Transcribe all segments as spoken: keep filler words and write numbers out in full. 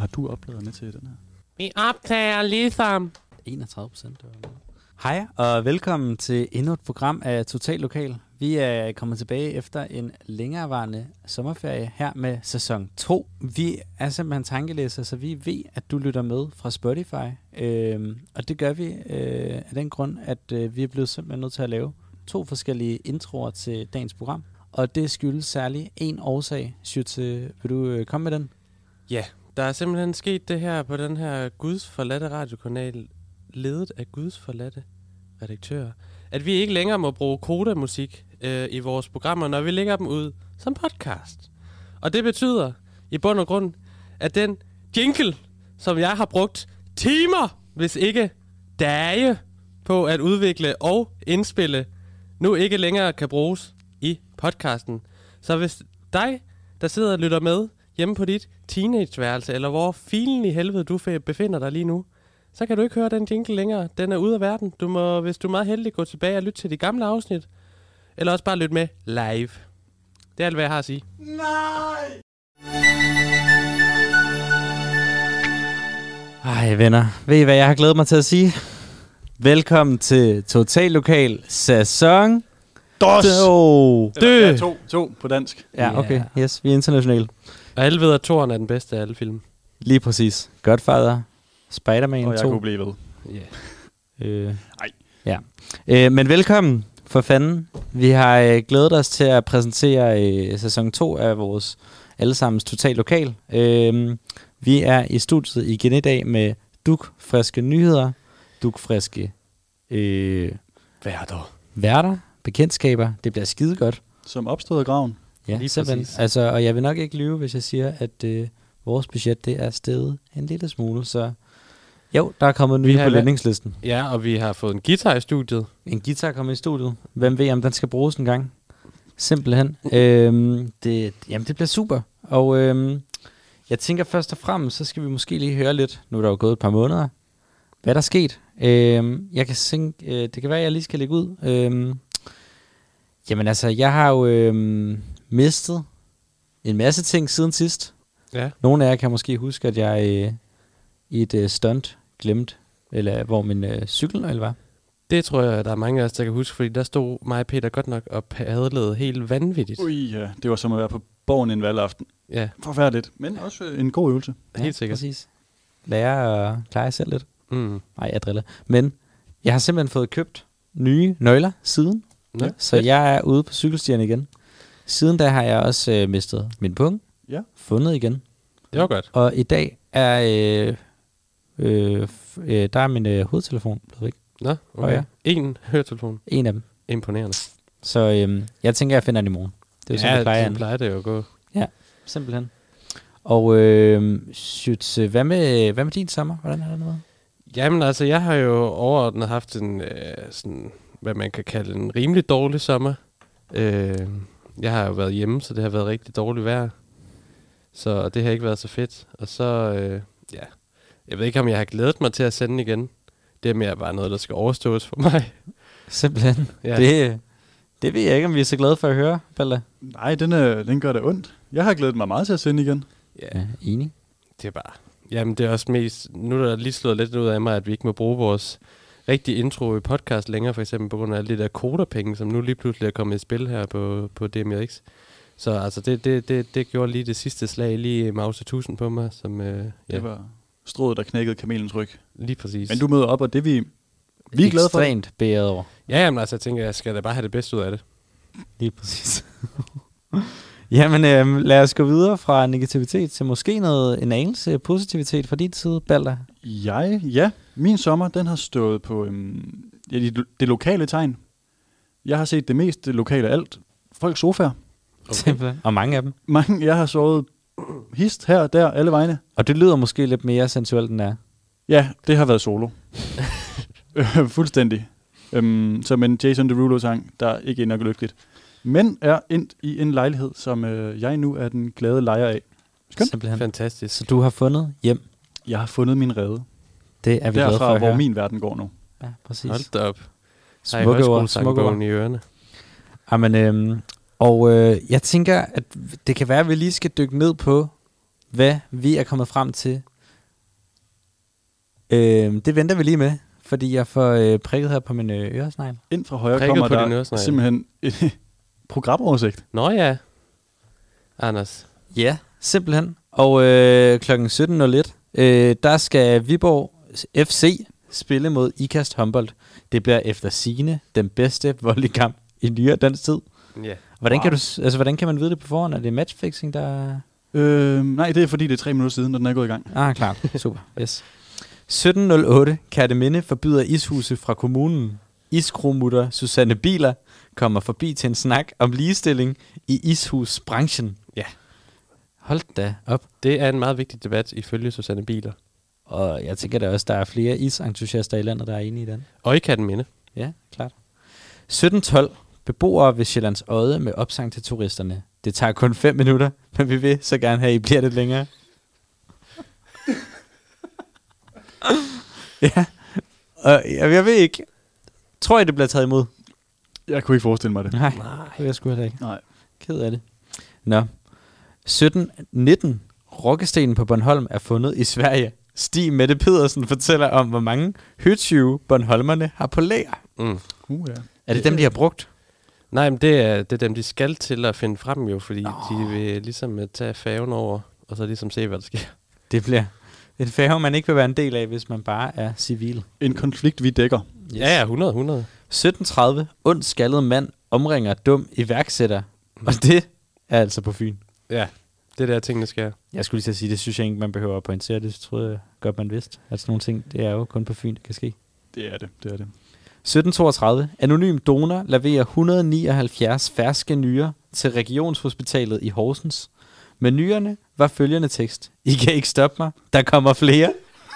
har du opladerne til den her? Vi optager ligesom enogtredive procent. Hej og velkommen til endnu et program af Total Lokal. Vi er kommet tilbage efter en længerevarende sommerferie her med sæson to. Vi er simpelthen tankelæser, så vi ved, at du lytter med fra Spotify. Øhm, og det gør vi øh, af den grund, at øh, vi er blevet simpelthen nødt til at lave to forskellige introer til dagens program. Og det skyldes særligt en årsag. Sjøtse, vil du øh, komme med den? Ja, der er simpelthen sket det her på den her Guds forladte radiokanal, ledet af Guds forladte redaktører, at vi ikke længere må bruge kodamusik øh, i vores programmer, når vi lægger dem ud som podcast. Og det betyder i bund og grund, at den jingle, som jeg har brugt timer, hvis ikke dage, på at udvikle og indspille, nu ikke længere kan bruges i podcasten. Så hvis dig, der sidder og lytter med hjemme på dit teenageværelse, eller hvor filen i helvede du befinder dig lige nu, så kan du ikke høre den jingle længere. Den er ude af verden. Du må, hvis du er meget heldig, gå tilbage og lytte til de gamle afsnit. Eller også bare lytte med live. Det er alt, hvad jeg har at sige. Nej! Ej venner, ved I hvad jeg har glædet mig til at sige? Velkommen til Total Lokal sæson Dos! to. Eller, ja, to, to på dansk. Ja, okay. Yes, vi er internationale. Og alle ved, at toren er den bedste af alle film. Lige præcis. Godfather, Spider-Man Og jeg to. kunne blive ved. Yeah. Øh, Ej. Ja. Øh, men velkommen, for fanden. Vi har øh, glædet os til at præsentere øh, sæson to af vores allesammens Total Lokal. Øh, vi er i studiet igen i dag med dugfriske nyheder, dugfriske øh, Værter. værter, bekendtskaber. Det bliver skide godt. Som opstod af graven. Ja, Lige simpelthen. præcis. Altså, og jeg vil nok ikke lyve, hvis jeg siger, at øh, vores budget det er steget en lille smule, så jo, der er kommet Vi nye har på valgt- lønningslisten. Ja, og vi har fået en guitar i studiet. En guitar kommer i studiet. Hvem ved, om den skal bruges en gang? Simpelthen. øhm, det, jamen, det bliver super. Og øhm, jeg tænker først og fremmest, så skal vi måske lige høre lidt, nu er der jo gået et par måneder, hvad der er sket. Øhm, jeg kan tænke, øh, det kan være, at jeg lige skal lægge ud. Øhm, jamen altså, jeg har jo øhm, mistet en masse ting siden sidst. Ja. Nogle af jer kan måske huske, at jeg øh, i et øh, stunt glemte, eller hvor min øh, cykelnøgle var. Det tror jeg, der er mange af os, der kan huske, fordi der stod mig og Peter godt nok og padlede helt vanvittigt. Ui, ja. Det var som at være på borgen en valgaften. Ja, Forfærdeligt. Men også en god øvelse. helt sikkert. Præcis. Lære at klare jer selv lidt. Mm. Nej, jeg driller. Men jeg har simpelthen fået købt nye nøgler siden, Nå, så jeg er ude på cykelstierne igen. Siden da har jeg også øh, mistet min pung, Ja. fundet igen. det var godt. Og i dag er øh, øh, f- øh, der er min øh, hovedtelefon blevet væk. Nå, okay. Højre. En høretelefon. En af dem. Imponerende. Så øh, jeg tænker, jeg finder den i morgen. Det er jo sådan, det plejer det jeg. plejer det jo at gå. Simpelthen. Og øh, Schütz, hvad med, hvad med din sommer? Hvordan er det noget? Jamen altså, jeg har jo overordnet haft en, øh, sådan, hvad man kan kalde en rimelig dårlig sommer. Øh, jeg har jo været hjemme, så det har været rigtig dårligt vejr. Så det har ikke været så fedt. Og så, øh, ja, jeg ved ikke, om jeg har glædet mig til at sende igen. Det er mere bare noget, der skal overstås for mig. Simpelthen. Ja. Det, det ved jeg ikke, om vi er så glade for at høre, Balder. Nej, den, er, den gør det ondt. Jeg har glædet mig meget til at sende igen. Ja, Ja, enig. det er bare... Jamen, det er også mest... Nu er der lige slået lidt ud af mig, at vi ikke må bruge vores rigtige intro i podcast længere, for eksempel på grund af alle de der koderpenge, som nu lige pludselig er kommet i spil her på, på D M X. Så altså, det, det, det, det gjorde lige det sidste slag, lige Mause tusind på mig, som... Øh, ja, Det var strået, der knækkede kamelens ryg. lige præcis. Men du møder op, og det vi, vi er glade for. Ekstremt bæret over. Ja, jamen altså, jeg tænker, jeg skal da bare have det bedste ud af det. Lige præcis. Jamen, øh, lad os gå videre fra negativitet til måske noget, en anelse positivitet fra din side, Balder. Jeg, ja, min sommer, den har stået på øhm, ja, det, det lokale tegn. Jeg har set det mest det lokale af alt. Folks sofaer. Okay. Simpelthen. Og mange af dem. Mange, jeg har sovet hist her og der, alle vegne. Og det lyder måske lidt mere sensuelt, end det er. Ja, det har været solo. Øh, Fuldstændig. Øhm, som en Jason Derulo-sang, der ikke er nok lykkeligt. Men er endt i en lejlighed, som øh, jeg nu er den glade lejer af. Skønt. Simpelthen. Fantastisk. Så du har fundet hjem. Jeg har fundet min rede. Det er vi glade for Derfra, at hvor høre. min verden går nu. Ja, præcis. Hold da op. Har I Smukke ord, smukke ord. højskolesangbogen i ørerne? Jamen, øhm, og øh, jeg tænker, at det kan være, at vi lige skal dykke ned på, hvad vi er kommet frem til Øh, det venter vi lige med, fordi jeg får øh, prikket her på min øh, øresnegl. Ind fra højre Prikket kommer på din der øresnegl. simpelthen en programoversigt. Nå ja, Anders. Ja, simpelthen. Og øh, klokken sytten nul et, øh, der skal Viborg F C spille mod Ikast Humboldt. Det bliver efter sigende den bedste volleykamp i nyere dansk tid. Ja. Hvordan, Wow. kan du, s- altså, hvordan kan man vide det på forhånd? Er det matchfixing, der... Øh, nej, det er fordi, det er tre minutter siden, og den er gået i gang. Ah, klart. Super. Yes. sytten nul otte. Kerteminde forbyder ishuse fra kommunen. Iskromutter Susanne Biler kommer forbi til en snak om ligestilling i ishusbranchen. Ja. Hold da op. Det er en meget vigtig debat ifølge Susanne Biler. Og jeg tænker da også, der er flere isentusiaster i landet, der er enige i den. Og i Kerteminde. Ja, klart. sytten tolv. Beboere ved Sjællands Odde med opsang til turisterne. Det tager kun fem minutter, men vi vil så gerne have, at I bliver lidt længere. Ja, og jeg, jeg ved ikke. Tror I, det bliver taget imod? Jeg kunne ikke forestille mig det. Nej, det vil jeg sgu heller ikke. Nej. Ked af det. Nå. sytten nitten. Rokkestenen på Bornholm er fundet i Sverige. Stig Mette Pedersen fortæller om, hvor mange høtyve Bornholmerne har på lager. Mm. Uh, ja. Er det dem, de har brugt? Nej, men det er, det er dem, de skal til at finde frem jo, fordi Nå. de vil ligesom øh, tage færgen over, og så ligesom se, hvad der sker. Det bliver et færge, man ikke vil være en del af, hvis man bare er civil. En konflikt, vi dækker. Yes. Ja, ja, hundrede, hundrede. sytten tredive. Ond skaldet mand omringer dum iværksætter. Mm. Og det er altså på Fyn. Ja, det er der tingene sker. Jeg skulle lige til at sige, det synes jeg ikke, man behøver at pointere. Det troede jeg godt, man vidste. At sådan nogle ting, det er jo kun på Fyn, det kan ske. Det er det, det er det. sytten toogtredive. Anonym donor leverer et hundrede og nioghalvfjerds ferske nyrer til Regionshospitalet i Horsens. Med nyrerne var følgende tekst. I kan ikke stoppe mig. Der kommer flere.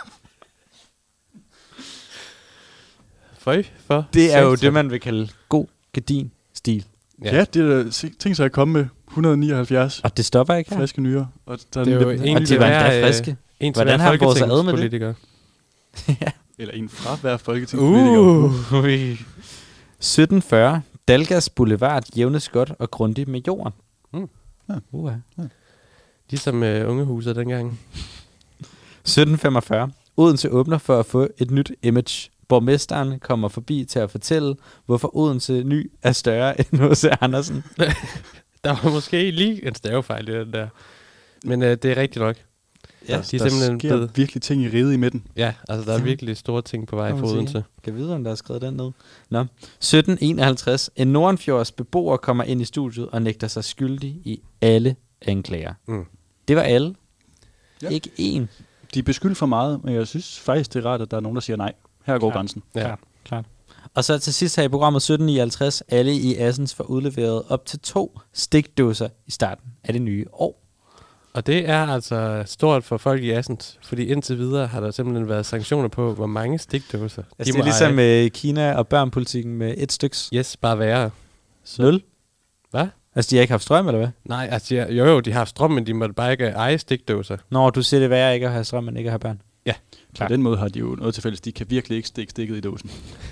Føj for Det er jo satan. det, man vil kalde god gardin-stil. Ja, ja det er da tænk sig at komme med et hundrede og nioghalvfjerds Og det stopper ikke her. friske nyrer. Og der Det er jo en Og de til var hver, endda øh, friske. En til Hvordan hver har han båret sig ad med det? folketingspolitiker. Eller en fra hver folketingspolitiker. Uh. sytten fyrre. Dalgas Boulevard jævnes godt og grundigt med jorden. Mm. Ja. Uh. Ligesom øh, ungehuset dengang. sytten femogfyrre. Odense åbner for at få et nyt image. Borgmesteren kommer forbi til at fortælle, hvorfor Odense ny er større end H C Andersen. Der var måske lige en stavefejl i den der. Men øh, det er rigtigt nok. Ja, de er der simpelthen sker blevet- virkelig ting i riget i midten. Ja, altså der er Ja. virkelig store ting på vej Må man for sige. Odense. Kan vide, om der er skrevet den ned. Nå. sytten enoghalvtreds. En Nordenfjords beboer kommer ind i studiet og nægter sig skyldig i alle anklager. Mm. Det var alle. Ja. Ja. Ikke én. De er beskyldt for meget, men jeg synes faktisk, det er rart, at der er nogen, der siger nej. Her går Klart. grænsen. Ja. Klart, klart. Og så til sidst her i programmet sytten nioghalvtreds. Alle i Assens får udleveret op til to stikdåser i starten af det nye år. Og det er altså stort for folk i Assens, fordi indtil videre har der simpelthen været sanktioner på, hvor mange stikdåser Altså, de det er må ligesom eje. med Kina og børnpolitikken med et styks. Yes, bare værre. Nul. Hvad? Altså, de har ikke haft strøm, eller hvad? Nej, altså ja, jo jo, de har haft strøm, men de måtte bare ikke eje stikdåser. Når du siger det værre ikke at have strøm, men ikke at have børn. Ja. På Klart. den måde har de jo noget til fælles. De kan virkelig ikke stikke stikket i dåsen.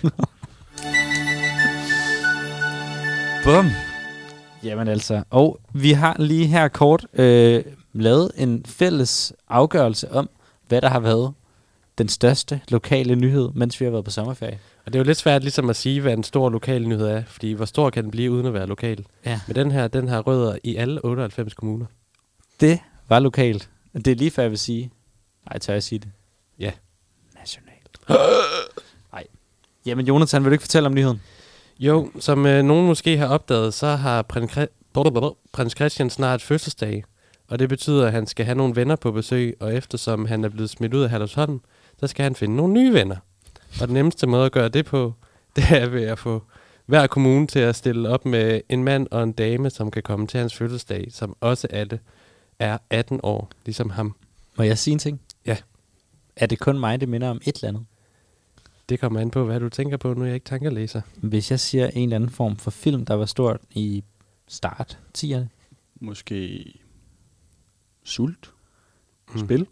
Bum. Jamen altså. Og vi har lige her kort øh, lavet en fælles afgørelse om, hvad der har været den største lokale nyhed, mens vi har været på sommerferie. Og det er jo lidt svært ligesom at sige, hvad en stor lokal nyhed er, fordi hvor stor kan den blive uden at være lokal? Ja. Men den her, den har rødder i alle otteoghalvfems kommuner. Det var lokalt. Det er lige før jeg vil sige. Nej, tør jeg sige det? Ja. Nationalt. Nej. Jamen Jonathan, vil du ikke fortælle om nyheden? Jo, som øh, nogen måske har opdaget, så har prins, Chri- prins Christian snart fødselsdag. Og det betyder, at han skal have nogle venner på besøg, og eftersom han er blevet smidt ud af Herlufsholm, så skal han finde nogle nye venner. Og den nemmeste måde at gøre det på, det er ved at få hver kommune til at stille op med en mand og en dame, som kan komme til hans fødselsdag, som også alle er atten år, ligesom ham. Må jeg sige en ting? Ja. Er det kun mig, det minder om et eller andet? Det kommer an på, hvad du tænker på, nu er jeg ikke tankelæser. Hvis jeg siger en eller anden form for film, der var stort i start tierne. Måske sult. Mm. Spil.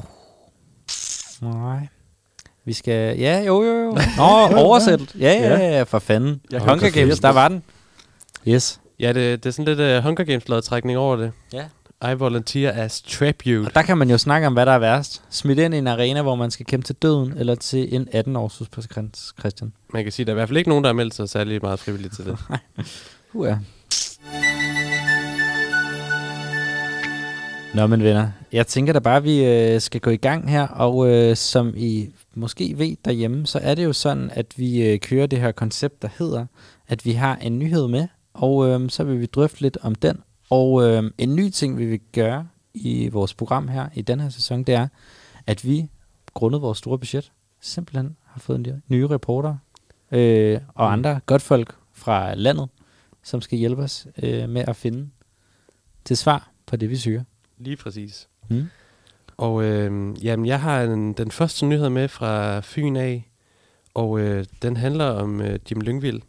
Nej. Vi skal... Ja, jo, jo, jo. Nå, oversættet. Ja, ja, ja, ja, for fanden. Jeg Hunger kan Games, flere der var den. Yes. Ja, det, det er sådan lidt uh, Hunger Games-lodtrækning over det. Ja. I volunteer as tribute. Og der kan man jo snakke om, hvad der er værst. Smidt ind i en arena, hvor man skal kæmpe til døden, eller til en atten-års husprins Christian. Man kan sige, at der er i hvert fald ikke nogen, der har meldt sig særlig meget frivilligt til det. uh, ja. Nå, men venner, jeg tænker da bare, at vi øh, skal gå i gang her, og øh, som I måske ved derhjemme, så er det jo sådan, at vi øh, kører det her koncept, der hedder, at vi har en nyhed med, og øh, så vil vi drøfte lidt om den. Og øh, en ny ting, vi vil gøre i vores program her i den her sæson, det er, at vi, grundet vores store budget, simpelthen har fået en nye reporter øh, og mm. andre godtfolk fra landet, som skal hjælpe os øh, med at finde til svar på det, vi søger. Lige præcis. Mm. Og øh, jamen, jeg har en, den første nyhed med fra Fyn af, og øh, den handler om øh, Jim Lyngvild.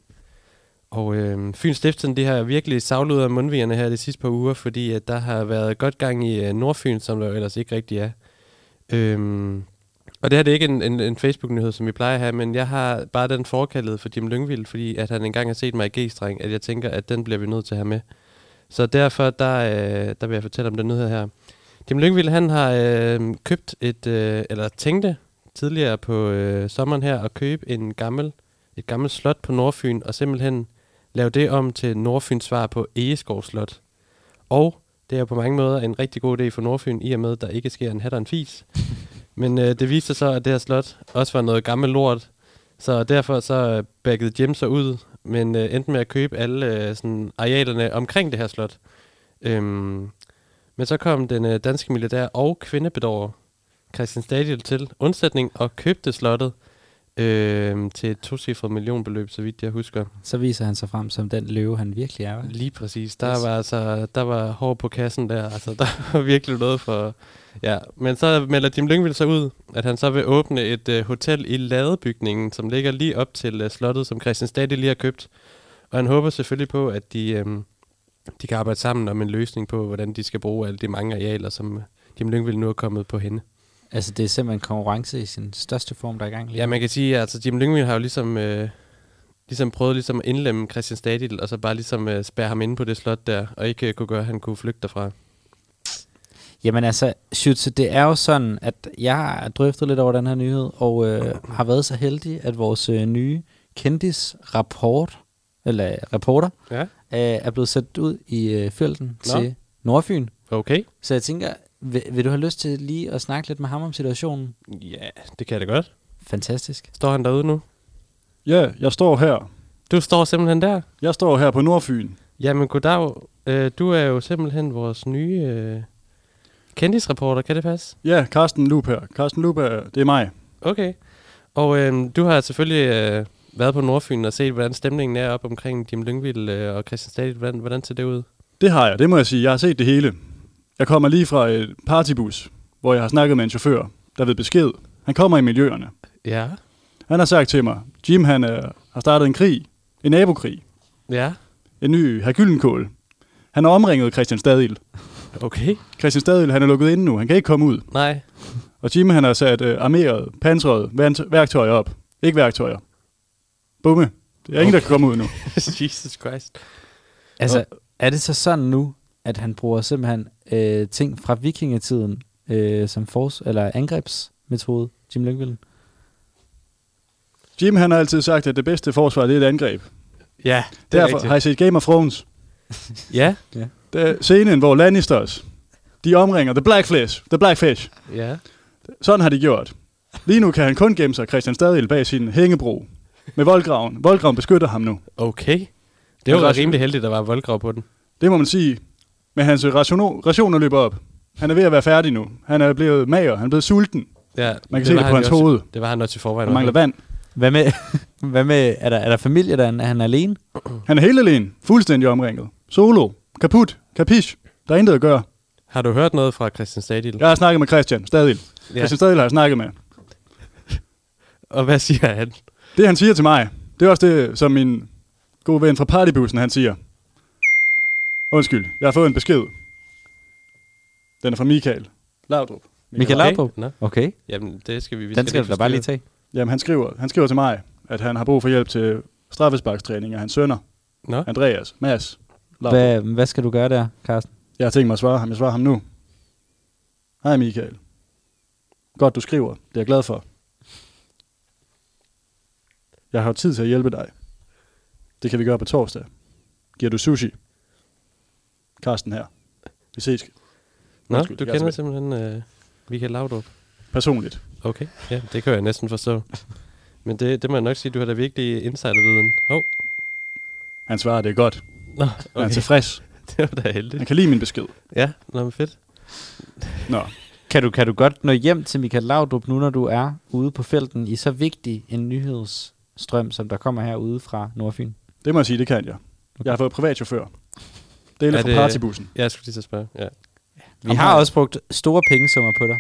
Og øh, Fyns Stiftstidende, de har virkelig savlet ud af mundvigerne her de sidste par uger, fordi at der har været godt gang i øh, Nordfyn, som der ellers ikke rigtig er. Øhm, og det her det er ikke en, en, en Facebook-nyhed, som vi plejer at have, men jeg har bare den forkaldet for Jim Lyngvild, fordi at han engang har set mig i G-streng, at jeg tænker, at den bliver vi nødt til at have med. Så derfor, der, øh, der vil jeg fortælle om den nyhed her. Jim Lyngvild, han har øh, købt et, øh, eller tænkte tidligere på øh, sommeren her, at købe en gammel, et gammelt slot på Nordfyn, og simpelthen lave det om til Nordfyns svar på Egeskov Slot. Og det er på mange måder en rigtig god idé for Nordfyn, i og med, at der ikke sker en hat og en fis. Men øh, det viste sig så, at det her slot også var noget gammelt lort, så derfor så baggede Jim sig ud, men øh, endte med at købe alle øh, sådan, arealerne omkring det her slot. Øhm, men så kom den øh, danske milliardær og kvindebedårer Christian Stadil til undsætning og købte slottet øh, til et tocifret millionbeløb, så vidt jeg husker. Så viser han sig frem som den løve, han virkelig er. Lige præcis. Der yes. var altså, der var hår på kassen der. Altså, der var virkelig noget for... Ja, men så melder Jim Lyngvild så ud, at han så vil åbne et uh, hotel i ladebygningen, som ligger lige op til uh, slottet, som Christian Stadil lige har købt. Og han håber selvfølgelig på, at de, um, de kan arbejde sammen om en løsning på, hvordan de skal bruge alle de mange arealer, som uh, Jim Lyngvild nu er kommet på hende. Altså, det er simpelthen konkurrence i sin største form, der er i gang lige. Ja, man kan sige, at altså, Jim Lyngvild har jo ligesom, øh, ligesom prøvet ligesom at indlemme Christian Stadil, og så bare ligesom øh, spærre ham inde på det slot der, og ikke øh, kunne gøre, at han kunne flygte derfra. Jamen altså, Schütze, det er jo sådan, at jeg har drøftet lidt over den her nyhed, og øh, har været så heldig, at vores øh, nye kendis-rapport, eller reporter, ja. øh, er blevet sat ud i øh, felten Nå. til Nordfyn. Okay. Så jeg tænker, vil, vil du have lyst til lige at snakke lidt med ham om situationen? Ja, det kan jeg da godt. Fantastisk. Står han derude nu? Ja, jeg står her. Du står simpelthen der? Jeg står her på Nordfyn. Jamen goddag. Øh, du er jo simpelthen vores nye øh, kendisreporter, kan det passe? Ja, Carsten Lup her. Carsten Lup, er, det er mig. Okay. Og øh, du har selvfølgelig øh, været på Nordfyn og set, hvordan stemningen er op omkring Jim Lyngvild øh, og Christian Stadil. Hvordan, hvordan ser det ud? Det har jeg, det må jeg sige. Jeg har set det hele. Jeg kommer lige fra et partybus, hvor jeg har snakket med en chauffør, der ved besked. Han kommer i miljøerne. Ja. Han har sagt til mig, Jim han er, har startet en krig. En nabokrig. Ja. En ny herr Gyllenkål. Han har omringet Christian Stadil. Okay. Christian Stadil, han er lukket inde nu. Han kan ikke komme ud. Nej. Og Jim han har sat uh, armeret, pansrede værktøjer op. Ikke værktøjer. Bumme. Det er okay. Ingen, der kan komme ud nu. Jesus Christ. Altså, og er det så sådan nu, at han bruger simpelthen øh, ting fra vikingetiden øh, som fors- eller angrebsmetode, Jim Lyngvild? Jim han har altid sagt, at det bedste forsvar det er et angreb. Ja, det er Derfor rigtigt. har jeg set Game of Thrones. Ja. ja. Det er scenen, hvor Lannisters, de omringer The Blackfish. The Blackfish. Ja. Sådan har de gjort. Lige nu kan han kun gemme sig Christian Stadil bag sin hængebro med voldgraven. Voldgraven beskytter ham nu. Okay. Det var rimelig heldigt, at der var voldgrav på den. Det må man sige. Men hans rationer, rationer løber op. Han er ved at være færdig nu. Han er blevet mager. Han er blevet sulten. Ja, man kan se det på hans også, hoved. Det var han også i forvejen. Han mangler vand. Hvad med, hvad med er, der, er der familie, der er han alene? Han er helt alene. Fuldstændig omringet. Solo. Kaput. Kapish. Der er intet at gøre. Har du hørt noget fra Christian Stadil? Jeg har snakket med Christian Stadil. Ja. Christian Stadil har jeg snakket med. Og hvad siger han? Det han siger til mig, det er også det, som min gode ven fra partybussen, han siger. Undskyld, jeg har fået en besked. Den er fra Michael Laudrup. Michael Laudrup? Okay. okay. Jamen, det skal vi... vi Den skal, skal du da bare lige tage. Jamen, han skriver, han skriver til mig, at han har brug for hjælp til straffesparkstræning af hans sønner. Nå? Andreas, Mads, Laudrup. Hvad, hvad skal du gøre der, Carsten? Jeg har tænkt mig at svare ham. Jeg svarer ham nu. Hej Michael. Godt, du skriver. Det er jeg glad for. Jeg har jo tid til at hjælpe dig. Det kan vi gøre på torsdag. Giver du sushi? Karsten her. Vi ses. Nå, Undskyld, du jeg er kender tilbage. simpelthen uh, Michael Laudrup. Personligt. Okay, ja, det kan jeg næsten forstå. Men det, det må jeg nok sige, du har da virkelig insiderviden. Hov. Han svarer, det er godt. Nå, Okay. Han er okay. tilfreds. Det var da heldigt. Han kan lide min besked. Ja, nå, men fedt. Nå. Kan du, kan du godt nå hjem til Michael Laudrup, nu når du er ude på felten i så vigtig en nyhedsstrøm, som der kommer herude fra Nordfyn? Det må jeg sige, det kan jeg. Jeg har fået privatchauffør. Det er lidt Er fra det- partybussen. Jeg skulle lige så spørge, ja. Vi Ham har har- også brugt store pengesummer på dig.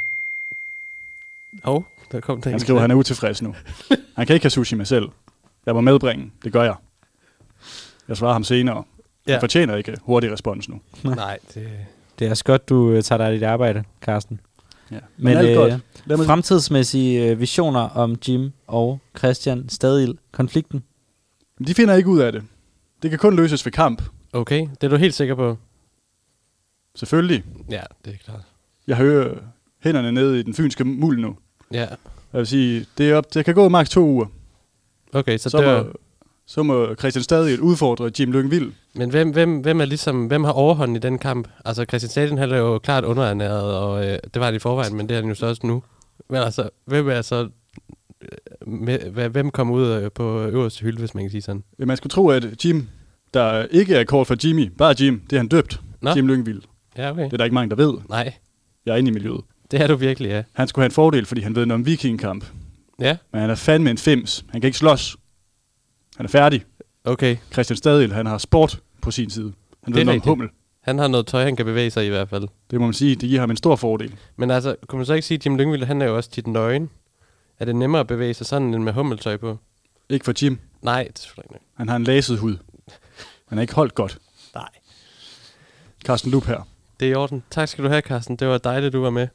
Hov, der kom der Han en skriver, til. at han er utilfreds nu. Han kan ikke have sushi med selv. Jeg må medbringe. Det gør jeg. Jeg svarer ham senere. Ja. Han fortjener ikke hurtig respons nu. Nej, det... Det er også godt, du øh, tager dig af dit arbejde, Carsten. Ja. Men, Men alt øh, godt. Lad mig... fremtidsmæssige øh, visioner om Jim og Christian Stadil konflikten. De finder ikke ud af det. Det kan kun løses ved kamp. Okay, det er du helt sikker på? Selvfølgelig. Ja, det er klart. Jeg hører hænderne nede i den fynske muld nu. Ja, Jeg vil sige, det, er op, det kan gå maks to uger. okay, så, Så, det må, er... så må Christian stadig udfordre Jim Lyngvild. Men hvem, hvem, hvem er ligesom, hvem har overhånden i den kamp? Altså, Christian Stadil, han er jo klart underernæret, og øh, det var han i forvejen, men det er han jo så også nu. Men altså, hvem er så... øh, Med, hvad- hvem kommer ud øh, på øverste hylde, hvis man kan sige sådan? Man skulle tro, at Jim, der ikke er kort for Jimmy, bare Jim, det er han døbt. Nå. Jim Lyngvild. Ja, okay. Det er der ikke mange, der ved. Nej, Jeg er inde i miljøet. det er du virkelig, ja. Han skulle have en fordel, fordi han ved noget om vikingkamp. Ja, Men han er fandme en fems. Han kan ikke slås. Han er færdig. okay. Christian Stadil, han har sport på sin side. Han Det ved er noget om rigtigt. hummel. Han har noget tøj, han kan bevæge sig i, i hvert fald. Det må man sige, det giver ham en stor fordel. Men altså, kunne man så ikke sige, at Jim Lyngvild, han er jo også tit nøgen? Er det nemmere at bevæge sig sådan, end med hummeltøj på? Ikke for Jim. Nej, det er selvfølgelig ikke. Han har en laset hud. Han er ikke holdt godt. Nej. Carsten Lup her. Det er i orden. Tak skal du have, Carsten. Det var dejligt, du var med.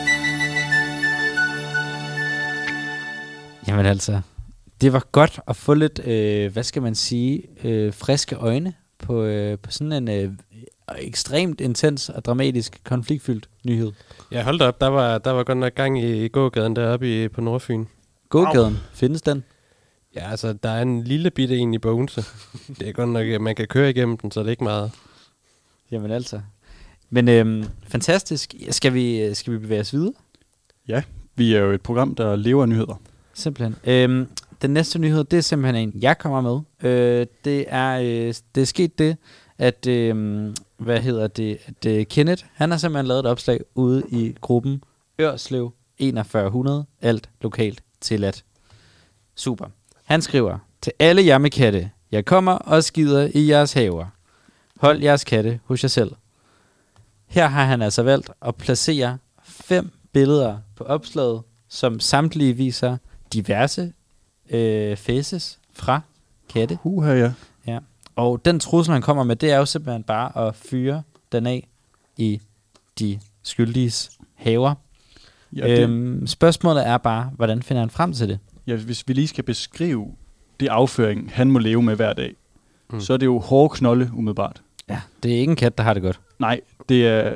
Jamen altså, det var godt at få lidt, øh, hvad skal man sige, øh, friske øjne på, øh, på sådan en øh, ekstremt intens og dramatisk konfliktfyldt nyhed. Ja, hold da op. Der var, der var godt nok gang i, i gågaden deroppe i, på Nordfyn. Gågaden, findes den? Ja, altså, der er en lille bitte en i Bogense. Det er godt nok, at man kan køre igennem den, så det er ikke meget. Jamen altså. Men øh, fantastisk. Skal vi, skal vi bevæge os videre? Vi er jo et program, der lever af nyheder. Simpelthen. Øhm, den næste nyhed, det er simpelthen en, jeg kommer med. Øh, det, er, øh, det er sket det, at, øh, hvad hedder det, at øh, Kenneth, han har simpelthen lavet et opslag ude i gruppen Ørslev enogfyrre hundrede, alt lokalt tilladt. Super. Han skriver, til alle jammekatte, jeg kommer og skider i jeres haver. Hold jeres katte hos jer selv. Her har han altså valgt at placere fem billeder på opslaget, som samtlige viser diverse øh, faces fra katte. Huha, ja. Ja. Og den trussel, han kommer med, det er jo simpelthen bare at fyre den af i de skyldiges haver. Ja, det, Øhm, spørgsmålet er bare, hvordan finder han frem til det? ja, hvis vi lige skal beskrive det afføring, han må leve med hver dag, Mm. mm. så er det jo hårde knolde umiddelbart. Ja, det er ikke en kat, der har det godt. Nej, det er,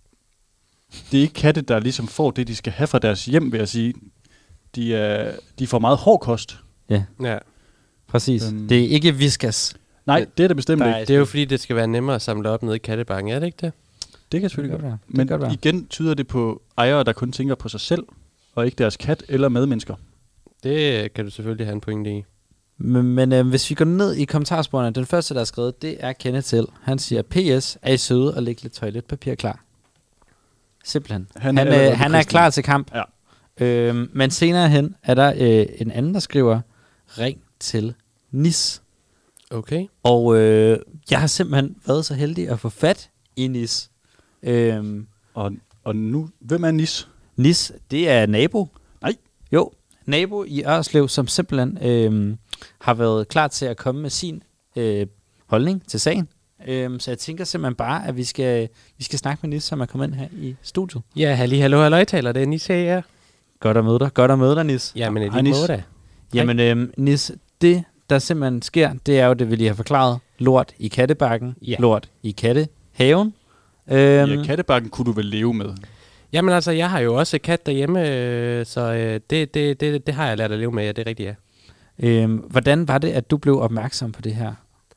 det er ikke katte, der ligesom får det, de skal have fra deres hjem, vil jeg sige. De, er, de får meget hård kost. Ja. Præcis. Øhm. Øhm. Det er ikke viskas. Nej, det er det bestemt Der ikke. er- Det er jo fordi, det skal være nemmere at samle op nede i kattebakken, er det ikke det? Det kan selvfølgelig godt være. være. Det Men kan godt være. igen tyder det på ejere, der kun tænker på sig selv, og ikke deres kat eller medmennesker. Det kan du selvfølgelig have en pointe i. Men, men øh, hvis vi går ned i kommentarsporene, den første, der er skrevet, det er Kenneth selv. Han siger, P S, er I søde og lægge lidt toiletpapir klar? Simpelthen. Han Han, er han, allerede øh, han er Christian. klar til kamp. Ja. Øhm, men senere hen er der øh, en anden, der skriver, ring til Nis. Okay. Og øh, jeg har simpelthen været så heldig at få fat i Nis. Øhm, Og, og nu, hvem er Nis? Nis, det er nabo. Nej. Jo, nabo i Ørslev, som simpelthen øh, har været klar til at komme med sin øh, holdning til sagen. Øh, så jeg tænker simpelthen bare, at vi skal, vi skal snakke med Nis, som er kommet ind her i studiet. Ja, halli, hallo, hallo, taler det er Nis her. Godt at møde dig. Godt at møde dig, Nis. Ja, men i Hej, lige Nis. måde da. Jamen, øh, Nis, det der simpelthen sker, det er jo det, vi lige har forklaret. Lort i kattebakken, Ja. lort i kattehaven. Øhm, Ja, kattebakken kunne du vel leve med? Jamen altså, jeg har jo også et kat derhjemme, øh, så øh, det, det, det, det har jeg lært at leve med, ja, det er rigtigt, ja. øhm, hvordan var det, at du blev opmærksom på det her?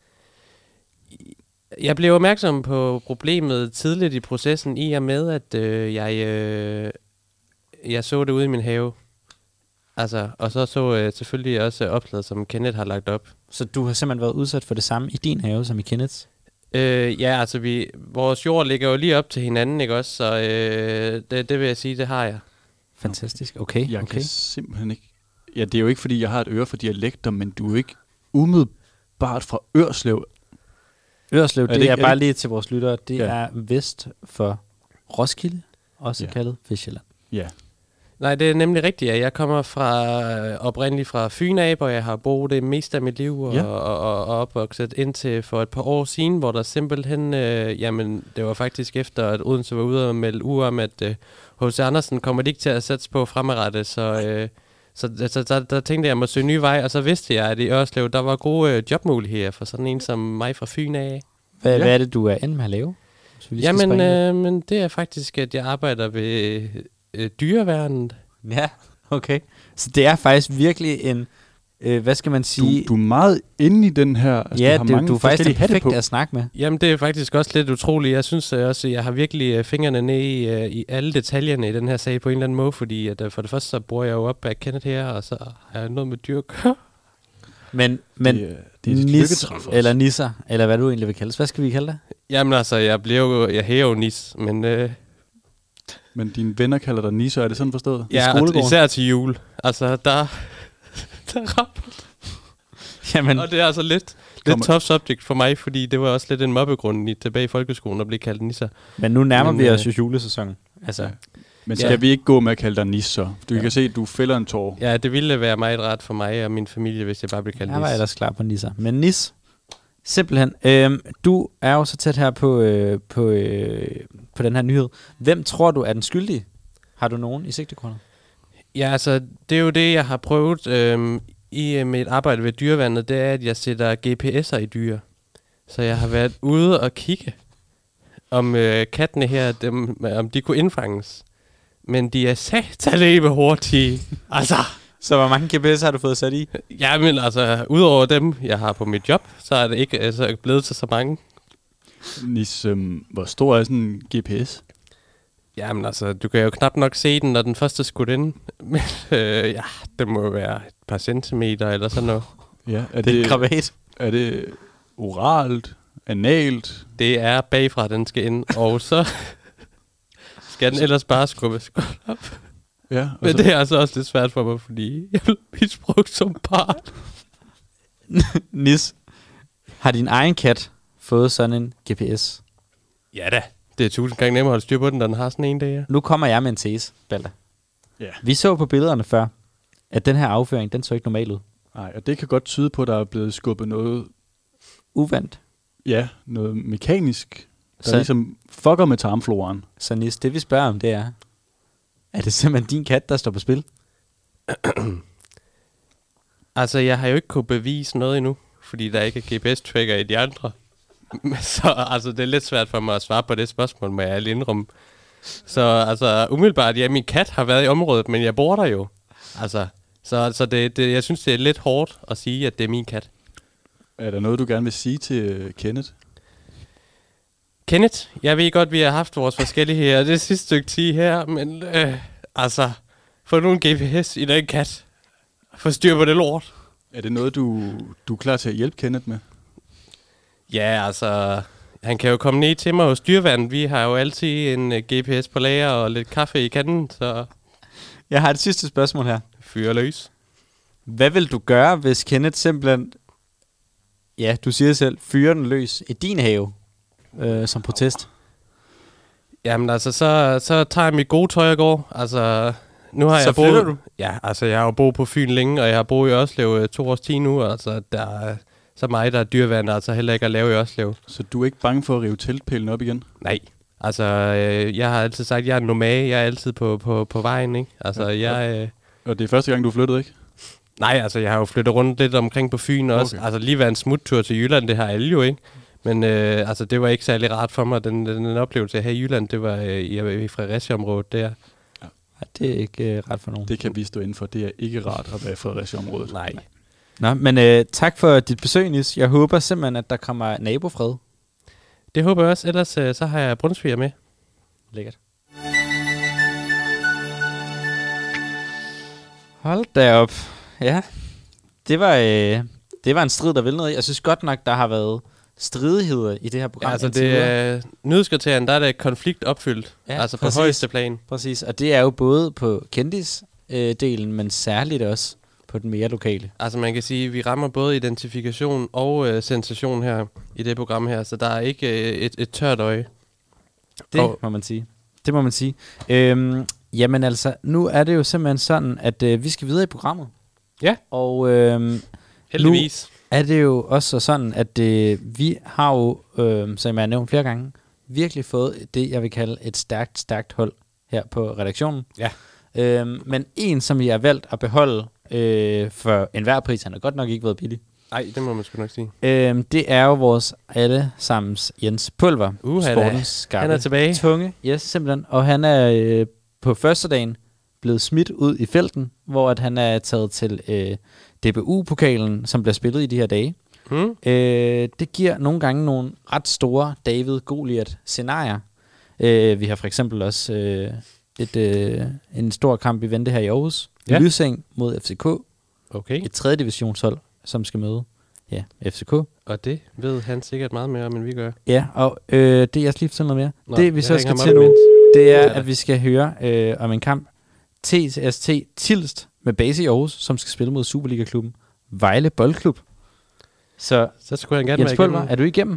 Jeg blev opmærksom på problemet tidligt i processen, i og med, at øh, jeg, øh, jeg så det ude i min have. Altså, og så så jeg øh, selvfølgelig også opslaget, som Kenneth har lagt op. Så du har simpelthen været udsat for det samme i din have, som i Kenneths? Øh, ja, altså, vi, vores jord ligger jo lige op til hinanden, ikke også? Så øh, det, det vil jeg sige, det har jeg. Fantastisk, okay. Jeg okay. kan simpelthen ikke... Ja, det er jo ikke, fordi jeg har et øre for dialekter, men du er jo ikke umiddelbart fra Ørslev. Ørslev, det, er det det, er er bare det? lige til vores lyttere. Det Ja. er vest for Roskilde, også Ja. kaldet Fischerland. Ja. Nej, det er nemlig rigtigt, at jeg kommer fra, øh, oprindeligt fra Fyn af, hvor jeg har boet det meste af mit liv og, Ja. og, og, og opvokset indtil for et par år siden, hvor der simpelthen, øh, jamen det var faktisk efter, at Odense var ude og melde ud om, at øh, H C Andersen kommer de ikke til at sætte på fremadrettet, så, øh, så, så der, der tænkte jeg, at jeg må søge ny vej, og så vidste jeg, at i Ørslev, der var gode øh, jobmuligheder for sådan en som mig fra Fyn af. Hvad, Ja. hvad er det, du er endt med at lave? Så vi lige skal Jamen, springe øh, men det er faktisk, at jeg arbejder ved øh, dyreværnet. lidt. Ja, okay. Så det er faktisk virkelig en, øh, hvad skal man Du, sige? du er meget inde i den her... Altså, ja, du, har det, mange du er faktisk den forskellige hatte perfekte på. at snakke med. Jamen, det er faktisk også lidt utroligt. Jeg synes øh, også, at jeg har virkelig øh, fingrene ned i, øh, i alle detaljerne i den her sag på en eller anden måde, fordi at, øh, for det første så bor jeg jo op af Kenneth her, og så har jeg noget med dyr at gøre. Men, men det, er- det er et nis, lykketræf også. eller nisser, eller hvad du egentlig vil kaldes. Hvad skal vi kalde det? Jamen altså, jeg bliver jo, jeg hæver jo nis, men øh, Men dine venner kalder dig nisser, er det sådan forstået? ja, og skolegården? især til jul. Altså, der, der rammer. Jamen, Og det er altså lidt, Kommer- lidt tough subject for mig, fordi det var også lidt en mobbegrund i, tilbage i folkeskolen at blive kaldt nisser. men nu nærmer Men, vi øh, os jo julesæsonen. Altså, Ja. Men Ja. skal vi ikke gå med at kalde dig nisser? Du Ja. kan se, at du fælder en tår. Ja, det ville være meget ret for mig og min familie, hvis jeg bare blev kaldt jeg var nis. ellers klar på nisser. Men nis, simpelthen. Øhm, du er jo så tæt her på, øh, på, øh, på den her nyhed. Hvem tror du er den skyldige? Har du nogen i sigtekornet? Ja, altså, det er jo det, jeg har prøvet øhm, i øh, mit arbejde ved dyrevandet, det er, at jeg sætter G P S'er i dyr. Så jeg har været ude og kigge, om øh, kattene her, dem, om de kunne indfanges. Men de er sataneme hurtige. Altså, Så hvor mange G P S har du fået sat i? ja, men altså, udover dem, jeg har på mit job, så er det ikke altså, blevet til så mange. Nis, øhm, hvor stor er sådan en G P S? Jamen altså, du kan jo knap nok se den, når den første skudt ind. Men øh, ja, det må være et par centimeter eller sådan noget. Ja, er Det er en det, krabat. er det oralt, analt? Det er bagfra, den skal ind, og så skal den ellers bare skubbes godt op. Ja, og Men så, det er altså også lidt svært for mig, fordi jeg blev misbrugt som barn. Nis, har din egen kat fået sådan en G P S? Ja da. Det er tusind gange nemmere at holde styr på den, når den har sådan en der. Nu kommer jeg med en tese, Balder. Ja. Vi så på billederne før, at den her afføring, den så ikke normal ud. Nej, og det kan godt tyde på, at der er blevet skubbet noget, Uvandt. ja, noget mekanisk, der Så- ligesom fucker med tarmfloraen. Så Nis, det vi spørger om, det er, er det simpelthen din kat, der står på spil? Altså, jeg har jo ikke kunne bevise noget endnu, fordi der ikke er G P S-tracker i de andre. Så altså, det er lidt svært for mig at svare på det spørgsmål, må jeg ærligt indrømme. Så altså, umiddelbart, ja, min kat har været i området, men jeg bor der jo. Altså, så, så det, det, jeg synes, det er lidt hårdt at sige, at det er min kat. Er der noget, du gerne vil sige til øh, Kenneth? Kenneth, jeg ved godt, vi har haft vores forskelligheder det sidste stykke tid her, men øh, altså, få nu en G P S i den kat. Få styr på det lort. Er det noget, du, du er klar til at hjælpe Kenneth med? Ja, altså, han kan jo komme ned til mig hos dyrevand. Vi har jo altid en uh, G P S på lager og lidt kaffe i kanden, så Jeg har et sidste spørgsmål her. fyr løs. Hvad vil du gøre, hvis Kenneth simpelthen, ja, du siger selv, fyrer den løs i din have øh, som protest? Jamen altså, så, så tager jeg mit gode tøj og går. Altså, nu har Så jeg flytter boet... du? Ja, altså, jeg har jo boet på Fyn længe, og jeg har boet i Ørslev øh, to års tid nu. Altså, der er så meget, der er dyrevand, altså heller ikke at lave i Ørslev. Så du er ikke bange for at rive teltpælen op igen? Nej. Altså, øh, jeg har altid sagt, at jeg er en nomade. Jeg er altid på, på, på vejen, ikke? Altså, Ja, jeg... Øh, Og det er første gang, du er flyttet, ikke? Nej, altså jeg har jo flyttet rundt lidt omkring på Fyn også. Okay. Altså lige været en smuttur til Jylland, det har alle jo, ikke? Men øh, altså, det var ikke særlig rart for mig, den, den, den oplevelse her i Jylland, det var øh, i, i Fredericia-området der. Ja. Det er ikke øh, ret for nogen. Det kan vi stå inden for. Det er ikke rart at være i Fredericia-området. Nej. Nå, men øh, tak for dit besøg, Nis. Jeg håber simpelthen, at der kommer nabofred. Det håber jeg også. Ellers øh, så har jeg brunsviger med. Lækkert. Hold da op. Ja, det var, øh, det var en strid, der ville noget. Jeg synes godt nok, der har været stridigheder i det her program. Ja, altså det er øh, nødskriterierne, der er det konflikt opfyldt. Ja, altså på præcis. Højeste plan. Præcis, og det er jo både på kendis-delen, øh, men særligt også på den mere lokale. Altså man kan sige, at vi rammer både identifikation og øh, sensation her i det program her, så der er ikke øh, et, et tørt øje. Det og må man sige. Det må man sige. Øhm, jamen altså, nu er det jo simpelthen sådan, at øh, vi skal videre i programmet. Ja. Og øhm, heldigvis nu er det jo også sådan, at øh, vi har jo, øh, som jeg har nævnt flere gange, virkelig fået det, jeg vil kalde et stærkt, stærkt hold her på redaktionen. Ja. Øhm, men en, som jeg har valgt at beholde øh, for enhver pris, han har godt nok ikke været billig. Nej, det må man sgu nok sige. Øhm, det er jo vores allesammens Jens Pulver. Uh, sportens skarpe han er tilbage. Tunge, yes, simpelthen. Og han er øh, på første dagen blevet smidt ud i felten, hvor at han er taget til øh, D B U-pokalen, som bliver spillet i de her dage. Hmm. Øh, det giver nogle gange nogle ret store David Goliath-scenarier. Øh, vi har for eksempel også øh, et, øh, en stor kamp i vente her i Aarhus. Ja. Lysing mod F C K. Okay. Et tredje divisionshold, som skal møde ja, F C K. Og det ved han sikkert meget mere om, end vi gør. Ja, og øh, det jeg skal lige fortælle noget mere. Nå, det vi så skal til nu, det er, at vi skal høre øh, om en kamp T S T Tilst med base i Aarhus, som skal spille mod Superliga-klubben Vejle Boldklub. Så, så skulle han gerne Jens være Pulver, igennem. er du igennem?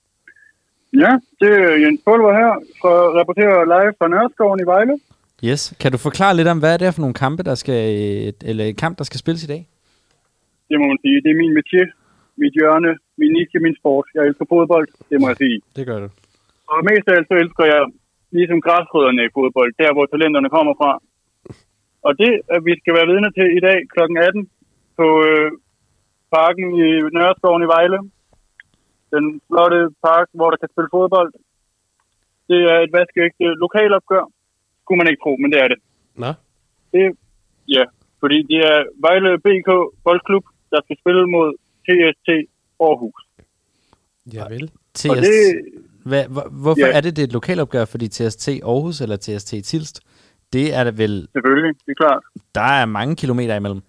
Ja, det er Jens Pulver her, for at rapportere live fra Nørreskoven i Vejle. Yes. Kan du forklare lidt om, hvad er det for nogle kampe, der skal, eller en kamp, der skal spilles i dag? Det må man sige. Det er min métier, mit hjørne, min niche, min sport. Jeg elsker fodbold, det må jeg sige. Det gør du. Og mest af alt så elsker jeg ligesom græsrødderne i fodbold, der hvor talenterne kommer fra. Og det, at vi skal være vidne til i dag klokken atten på øh, parken i Nørreskoven i Vejle. Den flotte park, hvor der kan spille fodbold. Det er et vaskeægte lokalopgør. Skulle man ikke tro, men det er det. Nå? Det, ja, fordi det er Vejle B K Boldklub, der skal spille mod T S T Aarhus. Ja vel. T S T, det, hvad, hvor, hvorfor ja. er det, det er et lokalopgør? Fordi T S T Aarhus eller T S T Tilst, det er der vel... Selvfølgelig, det er klart. Der er mange kilometer imellem.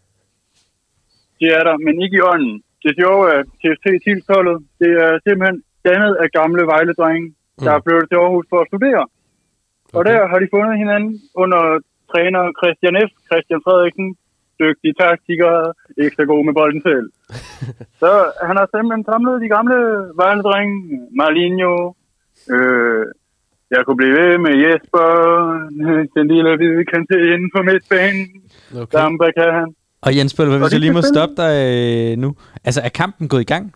Det er der, men ikke i ånden. Det sjove er, at T S T Tilst-holdet, det er simpelthen dannet af gamle Vejle-drenge, der er flyttet til Aarhus for at studere. Og Okay. der har de fundet hinanden under træner Christian F. Christian Frederiksen, dygtig taktiker, ikke så god med bolden selv. Så han har simpelthen samlet de gamle Vejle-drenge, Marlinho, øh, jeg kunne blive ved med Jesper, den lille hvide kante inden for midtbanen, Okay. Samba kan han. Og Jens Pulver, Og hvis det jeg lige må skal stoppe dig øh, nu. Altså, er kampen gået i gang?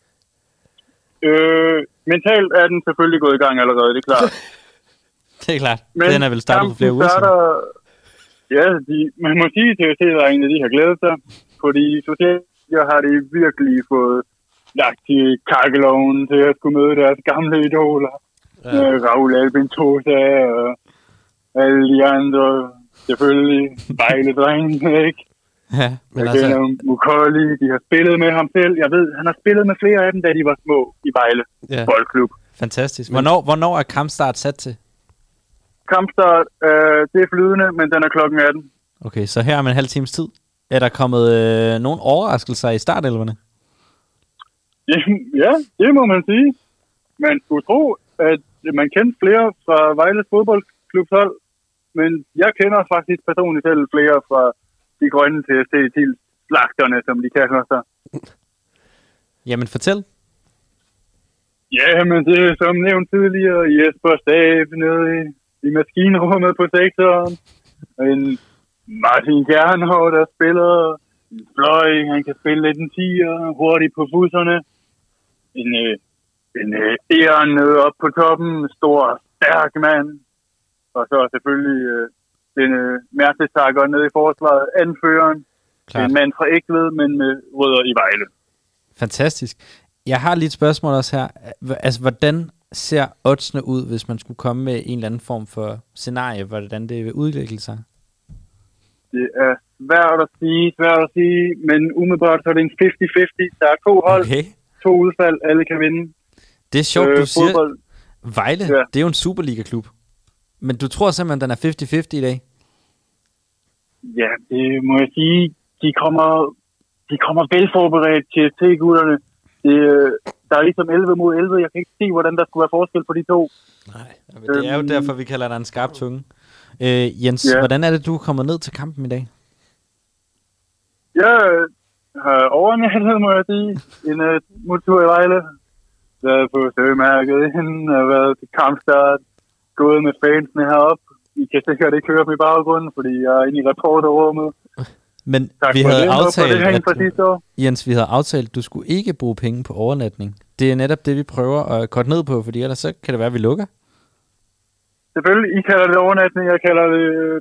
Øh, mentalt er den selvfølgelig gået i gang allerede, det er klart. Det er klart. Men Den er vel startet for flere uger starter, siden. Ja, de, man må sige til at drengene, de har glædet sig, fordi socialt har de virkelig fået lagt til kakkeloven til at skulle møde deres gamle idoler. Ja. Ja. Raul Albintosa og alle de andre, selvfølgelig Vejle-drengene, ikke? Ja. Men Jeg altså, kender Mukolli, de har spillet med ham selv. Jeg ved, han har spillet med flere af dem, da de var små i Vejle ja. Boldklub. Fantastisk. Hvornår, hvornår er kampstart sat til? Kampstart, øh, det er flydende, men den er klokken atten. Okay, så her om en halv times tid. Er der kommet øh, nogle overraskelser i startelverne? Ja, det må man sige. Man skulle tro, at man kendte flere fra Vejles fodboldklubshold, men jeg kender faktisk personligt selv flere fra de grønne T S T til slagterne, som de kalder sig. Jamen, fortæl. Ja, men det er som nævnt tidligere, Jesper Stab nede i, i maskinrummet på sekseren. En Martin Gernhov, der spiller en fløj, han kan spille lidt en tiger, hurtigt på busserne. En, øh, en øh, æren nede oppe på toppen, en stor, stærk mand. Og så selvfølgelig øh, den øh, Mertesager nede i forsvaret, anføreren. Klart. En mand fra Ægtved, men med rødder i Vejle. Fantastisk. Jeg har lige et spørgsmål også her. Altså, hvordan ser oddsene ud, hvis man skulle komme med en eller anden form for scenarie, hvordan det vil udvikle sig? Det er svært at sige, svært at sige, men umiddelbart så er det en halvtreds halvtreds. Der er to hold, Okay. to udfald, alle kan vinde. Det er sjovt, Øh, du siger. fodbold. Vejle, Ja. det er jo en Superliga-klub. Men du tror simpelthen, den er halvtreds halvtreds i dag? Ja, det må jeg sige. De kommer, de kommer velforberedt til T-gutterne. Det, øh, der er ligesom elleve mod elleve. Jeg kan ikke se, hvordan der skulle være forskel på de to. Nej. Det er jo Øhm. derfor, vi kalder dig en skarp tunge. Øh, Jens, Ja. hvordan er det, du er kommet ned til kampen i dag? Jeg øh, har overnattet, må jeg sige, en uh, mutur i Vejle. Været på søgemærket inden, har været til kampstart, gået med fansene heroppe. I kan sikkert ikke høre dem i baggrunden, fordi jeg er inde i reporterrummet. Men Tak vi for havde det. aftalt, det at fra du, sidste år. Jens, vi havde aftalt, at du skulle ikke bruge penge på overnatning. Det er netop det, vi prøver at korte ned på, fordi ellers så kan det være, at vi lukker. Selvfølgelig, I kalder det overnatning, jeg kalder det øh,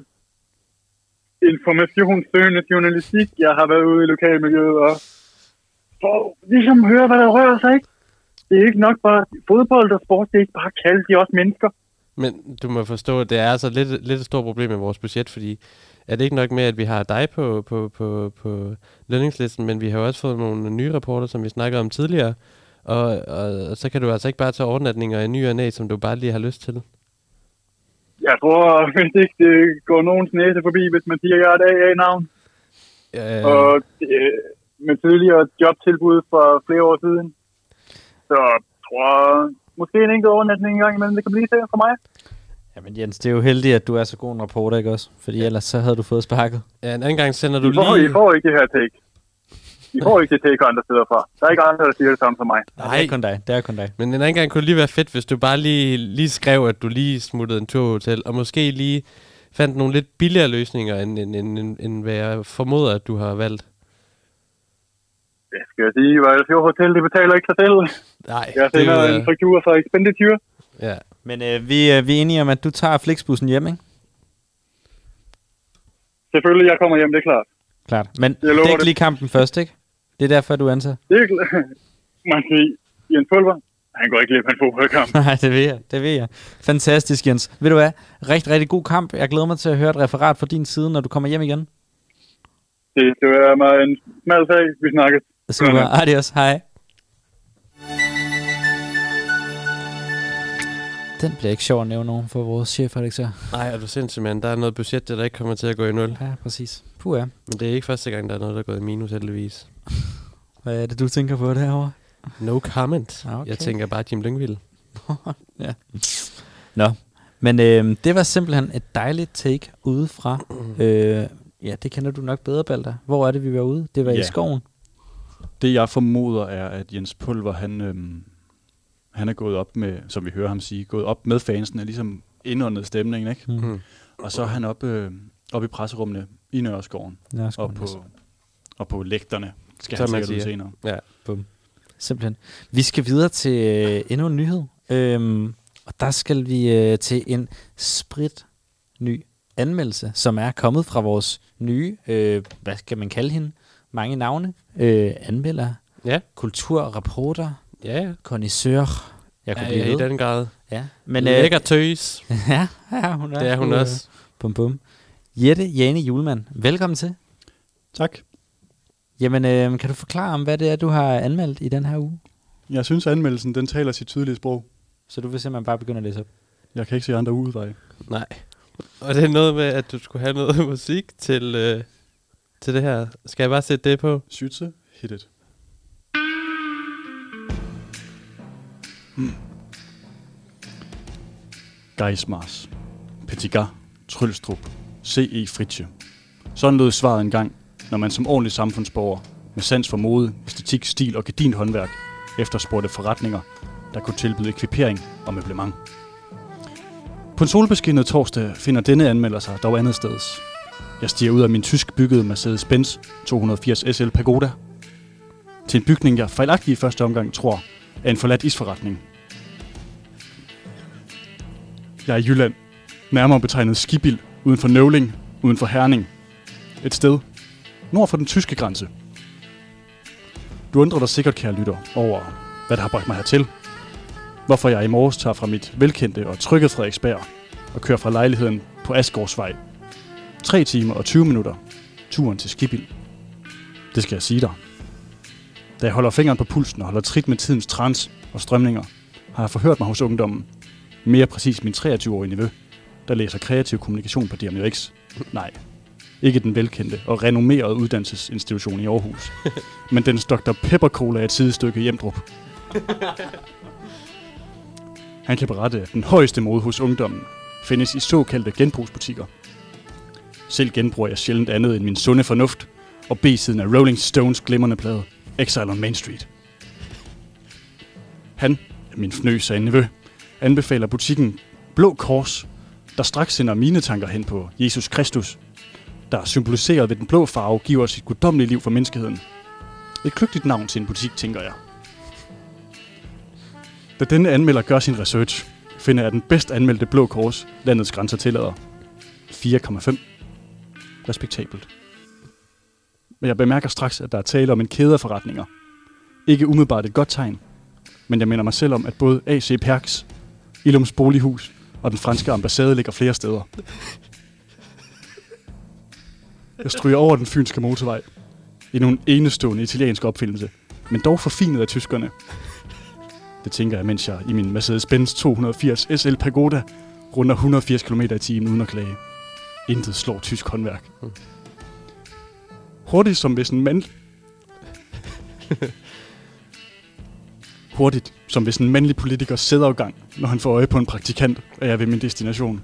informationssøgende journalistik. Jeg har været ude i lokalmiljøet og for ligesom høre, hvad der rører sig, ikke? Det er ikke nok bare fodbold og sport, det er ikke bare kalde, de er også mennesker. Men du må forstå, at det er altså lidt, lidt et stort problem med vores budget, fordi er det ikke nok med, at vi har dig på, på, på, på lønningslisten, men vi har også fået nogle nye rapporter, som vi snakkede om tidligere, og, og, og så kan du altså ikke bare tage overnatninger i ny og næ, som du bare lige har lyst til. Jeg tror, hvis ikke det går nogens næse forbi, hvis man siger, at jeg er et A A-navn. Øh, Og øh, med tidligere jobtilbud for flere år siden. Så tror jeg, måske en enkelt overnatning en gang imellem, det kan blive til for mig. Jamen Jens, det er jo heldigt, at du er så god en reporter, ikke også? Fordi ellers så havde du fået sparket. ja, en anden gang sender du I får, lige... I får ikke det her take. I får ikke det take andre steder fra. Der er ikke andre, der siger det samme som mig. Nej, det er kun dig. Det er kun dig. Men en anden gang kunne det lige være fedt, hvis du bare lige, lige skrev, at du lige smuttede en tur på hotel, og måske lige fandt nogle lidt billigere løsninger, end, end, end, end, end hvad jeg formoder, at du har valgt. Det skal jeg sige, Vejle Fjord Hotel, det betaler ikke sig selv. Nej, Jeg sender det er- en faktura fra Expenditure. Ja. Men øh, vi, øh, vi er enige om, at du tager Flixbussen hjem, ikke? Selvfølgelig, jeg kommer hjem, det er klart. Klart. Men Jeg lover dæk det. lige kampen først, ikke? Det er derfor, du ansætter. Det er klart. Man kan sige, Jens Pulver, han går ikke glip af en fodboldkamp. Nej, det ved jeg. Det ved jeg. Fantastisk, Jens. Ved du hvad? Rigtig, rigtig god kamp. Jeg glæder mig til at høre et referat fra din side, når du kommer hjem igen. Det skal være mig en smal sag, vi snakkes. Super. Adios. Hej. Den bliver ikke sjov at nævne nogen for vores chefredaktør. Nej, er du sindssygt, mand. Der er noget budget, der ikke kommer til at gå i nul. Ja, præcis. Puh, ja. Men det er ikke første gang, der er noget, der er gået i minus, heldigvis. Hvad er det, du tænker på derovre? No comment. Okay. Jeg tænker bare Jim Lyngvild. Ja. Nå, men øh, det var simpelthen et dejligt take udefra. øh, ja, det kender du nok bedre, Balder. Hvor er det, vi var ude? Det var Ja. i skoven. Det jeg formoder er, at Jens Pulver, han, øhm, han er gået op med, som vi hører ham sige, gået op med fansene, ligesom indåndet stemningen, ikke? Mm. Mm. Og så er han oppe øh, op i presserummene i Nørreskoven, Ja, og på, og på lægterne, skal Som han man sikkert ud siger. senere. Ja. Bum. Simpelthen. Vi skal videre til øh, endnu en nyhed. Øhm, og der skal vi øh, til en sprit ny anmeldelse, som er kommet fra vores nye, øh, hvad skal man kalde hende? Mange navne. Øh, anmelder, Ja. kulturreporter, Ja, ja. connoisseur. Jeg kunne Ja, blive ja, i ved. den grad. Ja, Men men lækker tøs. ja, ja, hun er, Det er hun sgu, øh, også. Bum, bum. Jette Jane Julemand, velkommen til. Tak. Jamen, øh, kan du forklare om, hvad det er, du har anmeldt i den her uge? Jeg synes, anmeldelsen den taler sit tydelige sprog. Så du vil simpelthen bare begynde at læse op. Jeg kan ikke se andre udveje. Nej. Og det er noget med, at du skulle have noget musik til, øh, til det her. Skal jeg bare sætte det på? Schütze, hit it. Hmm. Geismars, Petigar, Trølstrup, C E. Fritsche. Sådan lød svaret engang, når man som ordentlig samfundsborger med sans for mode, æstetik, stil og gedint håndværk efterspurgte forretninger, der kunne tilbyde ekvipering og møblement. På en solbeskinnet torsdag finder denne anmelder sig dog andet steds. Jeg stiger ud af min tysk byggede Mercedes-Benz to hundrede og firs S L Pagoda til en bygning, jeg fejlagtigt i første omgang tror er en forladt isforretning. Jeg er i Jylland, nærmere betegnet Skibild, uden for Nøvling, uden for Herning. Et sted nord for den tyske grænse. Du undrer dig sikkert, kære lytter, over, hvad der har bragt mig hertil. Hvorfor jeg i morges tager fra mit velkendte og trygge Frederiksberg og kører fra lejligheden på Asgårdsvej. tre timer og tyve minutter. Turen til Skibild. Det skal jeg sige dig. Da jeg holder fingeren på pulsen og holder trit med tidens trans og strømninger, har jeg forhørt mig hos ungdommen. Mere præcis min treogtyve-årige nevø, der læser kreativ kommunikation på D M U X. Nej, ikke den velkendte og renommerede uddannelsesinstitution i Aarhus, men den doktor Pepper Cola er et sidestykke i Emdrup. Han kan berette, at den højeste mode hos ungdommen findes i såkaldte genbrugsbutikker. Selv genbruger jeg sjældent andet end min sunde fornuft og B-siden af Rolling Stones glimrende plade Exile on Main Street. Han, min fnøs af en nevø, anbefaler butikken Blå Kors, der straks sender mine tanker hen på Jesus Kristus, der symboliseret ved den blå farve giver os et guddommeligt liv for menneskeheden. Et kløgtigt navn til en butik, tænker jeg. Da denne anmelder gør sin research, finder jeg den bedst anmeldte Blå Kors, landets grænser tillader. fire komma fem. Respektabelt. Men jeg bemærker straks, at der er tale om en kæde af forretninger. Ikke umiddelbart et godt tegn, men jeg minder mig selv om, at både A C Perks, Illums Bolighus og den franske ambassade ligger flere steder. Jeg stryger over den fynske motorvej. Endnu en enestående italiensk opfindelse, men dog forfinet af tyskerne. Det tænker jeg, mens jeg i min Mercedes-Benz to hundrede og firs S L Pagoda runder et hundrede og firs kilometer i timen uden at klage. Intet slår tysk håndværk. Hurtigt som hvis en mand... Hurtigt som hvis en mandlig politiker sædafgang, når han får øje på en praktikant, er jeg ved min destination.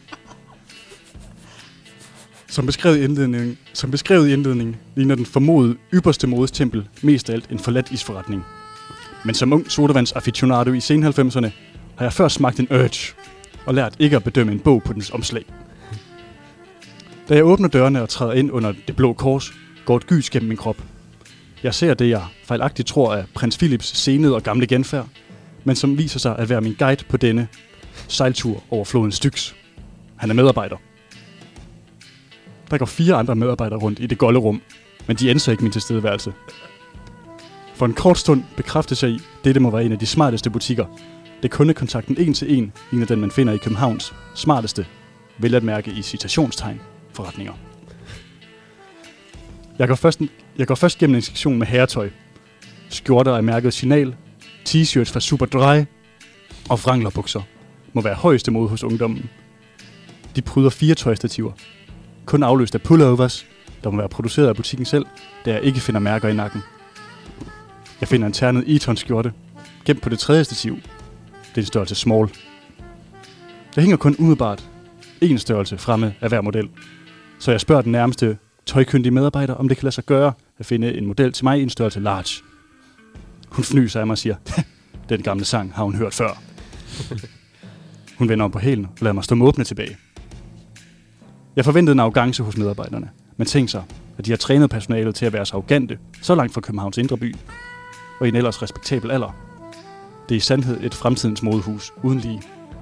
Som beskrevet i indledningen, som beskrevet i indledningen ligner den formodede ypperste modestempel mest af alt en forladt isforretning. Men som ung sodavandsaficionado i sen halvfemserne har jeg først smagt en Urge og lært ikke at bedømme en bog på dens omslag. Da jeg åbner dørene og træder ind under det blå kors, går et gys gennem min krop. Jeg ser det, jeg fejlagtigt tror er prins Philips senede og gamle genfærd, men som viser sig at være min guide på denne sejltur over floden Styx. Han er medarbejder. Der går fire andre medarbejdere rundt i det golde rum, men de ændrer ikke min tilstedeværelse. For en kort stund bekræftes jeg i, at dette må være en af de smarteste butikker. Det kundekontakten en til en ligner den, man finder i Københavns smarteste, vel at mærke i citationstegn, forretninger. Jeg går først, jeg går først gennem en sektion med herretøj. Skjorter af mærket Signal, t-shirts fra Superdry og Wranglerbukser må være højeste mode hos ungdommen. De pryder fire tøjstativer. Kun afløst af pullovers, der må være produceret af butikken selv, da jeg ikke finder mærker i nakken. Jeg finder en ternet Eton skjorte, gemt på det tredje stativ. Det er en størrelse small. Der hænger kun umiddelbart én størrelse fremme af hver model, så jeg spørger den nærmeste tøjkyndige medarbejder, om det kan lade sig gøre at finde en model til mig i en størrelse large. Hun fnyser af mig og siger, den gamle sang har hun hørt før. Hun vender om på hælen og lader mig stå måbne tilbage. Jeg forventede en arrogance hos medarbejderne, men tænk sig, at de har trænet personalet til at være så arrogante, så langt fra Københavns indre by, og i en ellers respektabel alder. Det er i sandhed et fremtidens modehus, uden lige.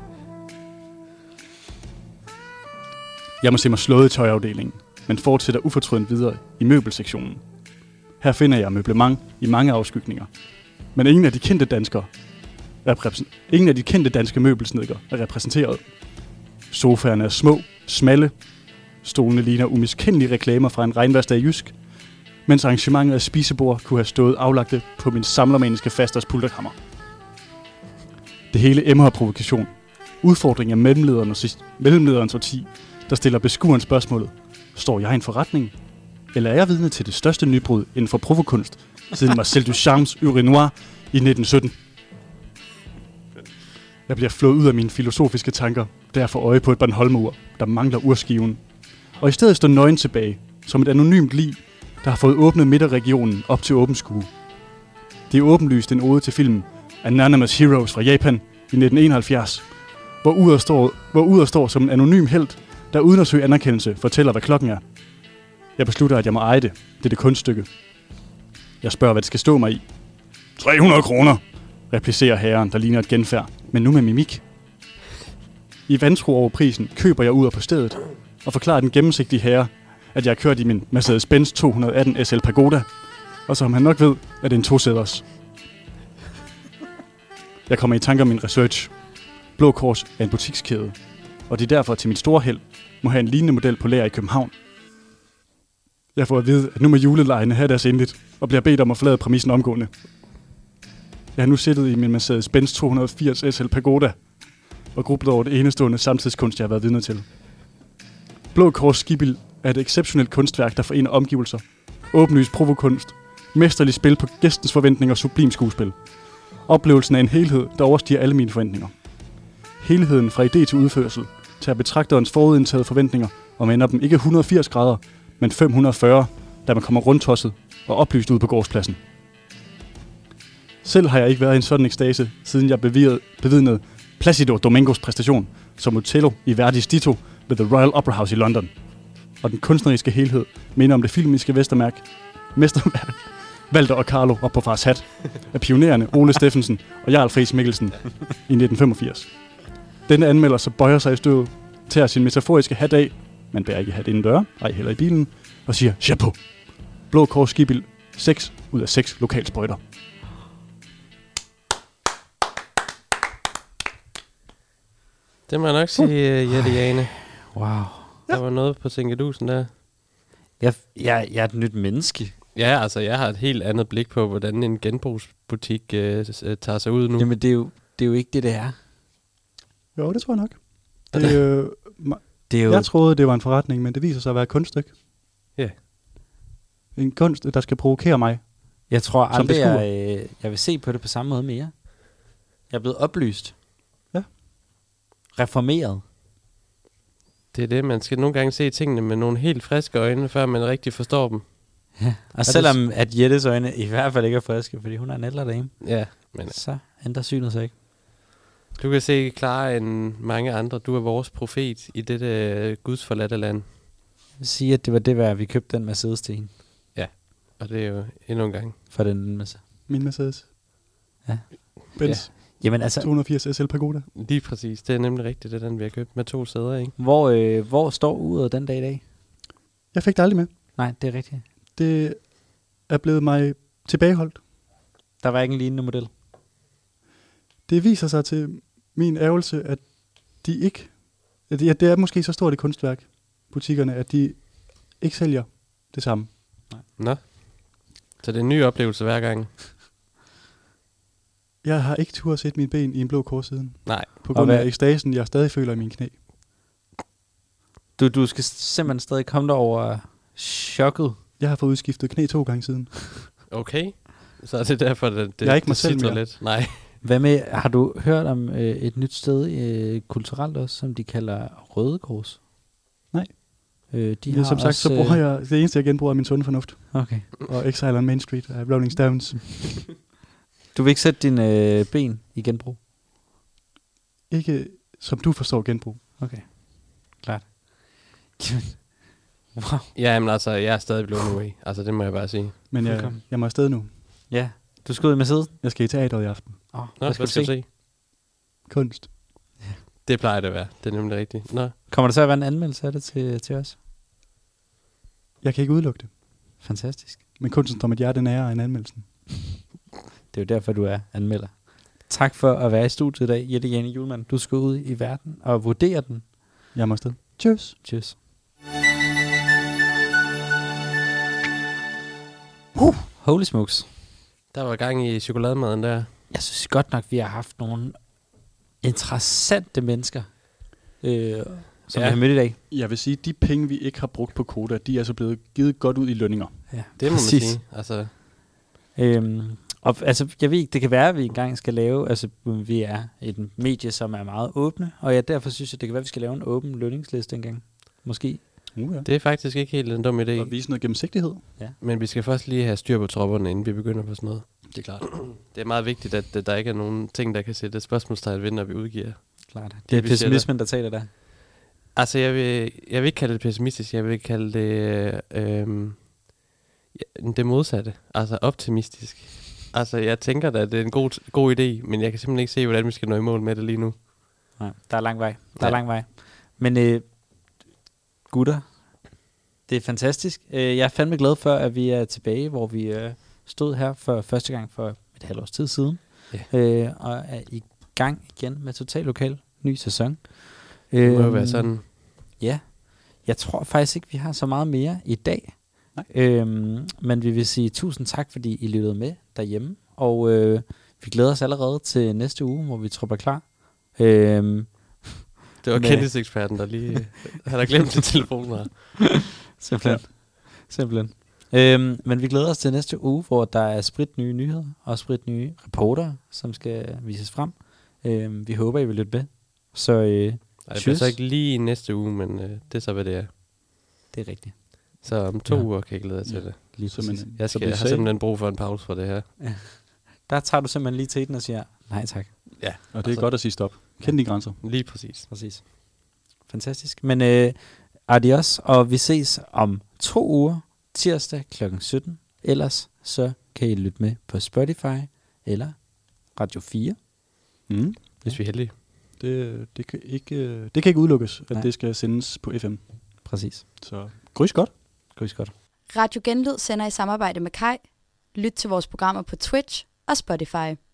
Jeg må se mig slået i tøjafdelingen, men fortsætter ufortrødent videre i møbelsektionen. Her finder jeg møblement i mange afskygninger, men ingen af de kendte danskere repræsent- ingen af de kendte danske møbelsnedker er repræsenteret. Sofaerne er små, smalle, stolene ligner umiskendelige reklamer fra en regnværsdag i Jysk, mens arrangementet af spisebord kunne have stået aflagte på min samlermaniske fasters pulterkammer. Det hele emmer af provokation. Udfordring af mellemlederens, mellemlederens årti, der stiller beskueren spørgsmålet: står jeg i en forretning? Eller er jeg vidne til det største nybrud inden for provokunst siden Marcel Duchamps Urinoir i nitten sytten? Jeg bliver flået ud af mine filosofiske tanker, da jeg får øje på et Bornholmer-ur, der mangler urskiven. Og i stedet står nøgen tilbage, som et anonymt lig, der har fået åbnet midterregionen op til åben skue. Det er åbenlyst en ode til filmen Anonymous Heroes fra Japan i nitten enoghalvfjerds, hvor uret står, hvor uret står som en anonym helt, der uden at søge anerkendelse fortæller, hvad klokken er. Jeg beslutter, at jeg må eje det. Det er det kunststykke. Jeg spørger, hvad det skal stå mig i. tre hundrede kroner, replicerer herren, der ligner et genfærd, men nu med mimik. I vantro over prisen køber jeg ud på stedet og forklarer den gennemsigtige herre, at jeg har kørt i min Mercedes-Benz to hundrede og atten S L Pagoda, og som han nok ved, er det en tosæders. Jeg kommer i tanke om min research. Blå Kors er en butikskæde, og det er derfor til min store held må have en lignende model på lager i København. Jeg får at vide, at nu må julelejene have deres endeligt, og bliver bedt om at forlade præmissen omgående. Jeg har nu siddet i min Mercedes-Benz to hundrede og firs S L Pagoda, og grublet over det enestående samtidskunst, jeg har været vidne til. Blå Kors skibil er et exceptionelt kunstværk, der forener omgivelser, åbenlys provokunst, mesterlig spil på gæstens forventninger og sublim skuespil. Oplevelsen af en helhed, der overstiger alle mine forventninger. Helheden fra idé til udførsel tager betragterens forudindtaget forventninger og vender dem ikke et hundrede og firs grader, men fem hundrede og fyrre, da man kommer rundtosset og oplyst ud på gårdspladsen. Selv har jeg ikke været i en sådan ekstase, siden jeg bevidnede Placido Domingos præstation som Otello i Verdis Ditto ved The Royal Opera House i London. Og den kunstneriske helhed minder om det filmiske mesterværk, mesterværk Walter og Carlo op på fars hat af pionererne Ole Steffensen og Jarl Friis Mikkelsen i nitten femogfirs. Denne anmelder så bøjer sig i støvet, tager sin metaforiske hat af, man bærer ikke hat inden døre, ej heller i bilen, og siger chapeau. Blå Kors skibil, seks ud af seks lokalsprøjter. Det må jeg nok sige, uh. Jette Jane. Wow. Der var noget på Sinkedusen der. Jeg, jeg, jeg er et nyt menneske. Ja, altså jeg har et helt andet blik på, hvordan en genbrugsbutik uh, tager sig ud nu. Jamen det er jo, det er jo ikke det, det er. Jo, det tror jeg nok. Det, øh, Det er jo... jeg troede, det var en forretning, men det viser sig at være et kunststykke. Ja. En kunst, der skal provokere mig. Jeg tror Som aldrig, beskuer. jeg, øh, jeg vil se på det på samme måde mere. Jeg er blevet oplyst. Ja. Reformeret. Det er det, man skal nogle gange se tingene med nogle helt friske øjne, før man rigtig forstår dem. Ja. Og selvom at Jettes øjne i hvert fald ikke er friske, fordi hun er en ældre dame, Ja, men så ændrer synet sig ikke. du kan se klarere end mange andre. Du er vores profet i dette uh, gudsforladte land. Jeg vil sige, at det var det værd, vi købte den Mercedes til hende. Og det er jo endnu en gang. For den med sig. Min Mercedes. Ja. Benz. Jamen altså, to hundrede og firs S L Pagoda. Lige præcis. Det er nemlig rigtigt, det er den, vi har købt med to sæder, ikke? hvor, øh, hvor står uret den dag i dag? Jeg fik det aldrig med. Nej, det er rigtigt. Det er blevet mig tilbageholdt. Der var ikke en lignende model. Det viser sig til min ærgelse, at de ikke... At det, at det er måske så stort et kunstværk, butikkerne, at de ikke sælger det samme. Nå. Så det er en ny oplevelse hver gang. Jeg har ikke tur at sætte mine ben i en blå kors siden. Nej. På grund hvad- af ekstasen, jeg stadig føler i mine knæ. Du, du skal simpelthen stadig komme der over chokket. Jeg har fået udskiftet knæ to gange siden. Okay. Så er det derfor, det, det Jeg er ikke mig det selv sitrer mere. lidt. Nej. Hvad med, har du hørt om øh, et nyt sted øh, kulturelt også, som de kalder Røde Kors? Nej. Øh, de Ja, har som sagt, også, så bruger jeg... Det eneste, jeg genbruger, er min sunde fornuft. Okay. Og Exile on Main Street af Rolling Stones. Du vil ikke sætte dine øh, ben i genbrug? Ikke som du forstår genbrug. Okay. Klart. Jamen, wow. Ja, men altså, jeg er stadig blown away. Altså, det må jeg bare sige. Men jeg, Fuldkommen. jeg må afsted nu. Ja, du skal ud med sædet. Jeg skal i teateret i aften. Oh, Nå, hvad skal du se? se? Kunst. Det plejer det at være. Det er nemlig rigtigt. Nå. Kommer der så at være en anmeldelse af det til, til os? Jeg kan ikke udelukke det. Fantastisk. Men kunsten står mit hjerte nære en anmeldelsen. Det er jo derfor, du er anmelder. Tak for at være i studiet i dag, Jette Jane Julemand. Du skal ud i verden og vurdere den. Jeg må afsted. Tschüss. Cheers. Uh. Holy smokes. Der var gang i chokolademaden der. Jeg synes godt nok, vi har haft nogle interessante mennesker, øh, som Ja. vi har mødt i dag. Jeg vil sige, at de penge, vi ikke har brugt på Koda, de er altså blevet givet godt ud i lønninger. Ja, Det må præcis. man sige. Altså, Øhm, og altså, jeg ved ikke, det kan være, at vi engang skal lave, altså vi er et medie, som er meget åbne, og ja, derfor synes jeg, det kan være, at vi skal lave en åben lønningsliste engang. Måske. Uh, ja. det er faktisk ikke helt en dum idé. Og vise noget gennemsigtighed. Men vi skal først lige have styr på tropperne, inden vi begynder på sådan noget. Det er klart. Det er meget vigtigt, at øh, der ikke er nogen ting, der kan sætte et spørgsmålstegn ved, når vi udgiver. Klart. Det er vi pessimismen, der taler der. Altså, jeg vil, jeg vil ikke kalde det pessimistisk. Jeg vil kalde det øh, ja, det modsatte. Altså, optimistisk. Altså, jeg tænker da, at det er en god, god idé, men jeg kan simpelthen ikke se, hvordan vi skal nå i mål med det lige nu. Nej, der er lang vej. Der Ja. er lang vej. Men øh, gutter, det er fantastisk. Øh, jeg er fandme glad for, at vi er tilbage, hvor vi øh, stod her for første gang for et halvt års tid siden. øh, og er i gang igen med Total Lokal. Ny sæson. Det må jo Øhm, være sådan. Ja. Jeg tror faktisk ikke, vi har så meget mere i dag. Nej. Øhm, men vi vil sige tusind tak, fordi I lyttede med derhjemme. Og øh, vi glæder os allerede til næste uge, hvor vi trupper klar. Øhm, Det var med- kendiseksperten, der lige... Han har glemt sin telefon her. Simpelthen. Ja. Simpelthen. Øhm, men vi glæder os til næste uge, hvor der er sprit nye nyheder og sprit nye reporter, som skal vises frem. Øhm, vi håber, I vil lytte med. Så øh, Ej, det bliver Tjus. så ikke lige i næste uge, men øh, det er så, hvad det er. det er rigtigt. Så om to Ja. uger kan jeg glæde jer til Ja. det. Lige Så, præcis. men, Jeg, så skal, vi jeg har sagde- simpelthen brug for en pause for det her. Der tager du simpelthen lige teten og siger, nej tak. Ja, Og det er altså- godt at sige stop. Kend de grænser. lige præcis. Præcis. Fantastisk. Men øh, adios, og vi ses om to uger, tirsdag klokken sytten. Ellers så kan I lytte med på Spotify eller Radio fire. Mm. Hvis vi er heldige. Det, det, kan ikke, øh, det kan ikke udelukkes, at Nej. det skal sendes på F M. Præcis. Så grys godt. Grüß godt. Radio Genlyd sender i samarbejde med Kai. Lyt til vores programmer på Twitch og Spotify.